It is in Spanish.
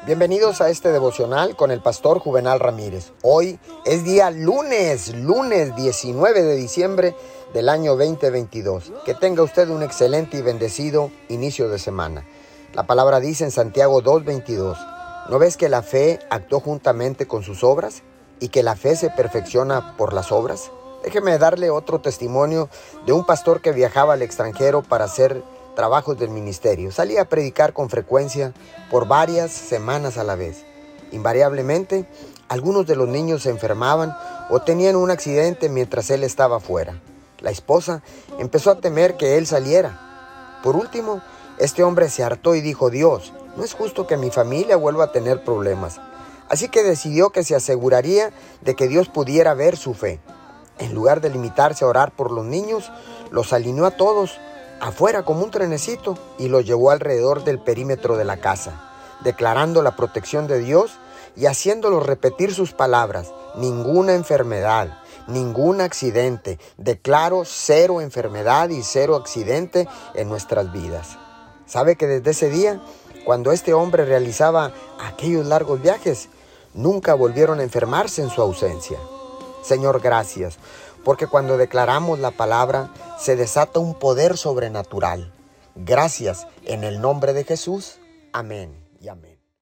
Bienvenidos a este devocional con el pastor Juvenal Ramírez. Hoy es día lunes 19 de diciembre del año 2022. Que tenga usted un excelente y bendecido inicio de semana. La palabra dice en Santiago 2:22, ¿no ves que la fe actuó juntamente con sus obras y que la fe se perfecciona por las obras? Déjeme darle otro testimonio de un pastor que viajaba al extranjero para hacer trabajos del ministerio. Salía a predicar con frecuencia por varias semanas a la vez. Invariablemente, algunos de los niños se enfermaban o tenían un accidente mientras él estaba fuera. La esposa empezó a temer que él saliera. Por último, este hombre se hartó y dijo: Dios, no es justo que mi familia vuelva a tener problemas. Así que decidió que se aseguraría de que Dios pudiera ver su fe. En lugar de limitarse a orar por los niños, los alineó a todos afuera como un trenecito y los llevó alrededor del perímetro de la casa, declarando la protección de Dios y haciéndolos repetir sus palabras: ninguna enfermedad, ningún accidente. Declaro 0 enfermedad y 0 accidente en nuestras vidas. ¿Sabe que desde ese día, cuando este hombre realizaba aquellos largos viajes, nunca volvieron a enfermarse en su ausencia? Señor, gracias, porque cuando declaramos la palabra se desata un poder sobrenatural. Gracias en el nombre de Jesús. Amén y amén.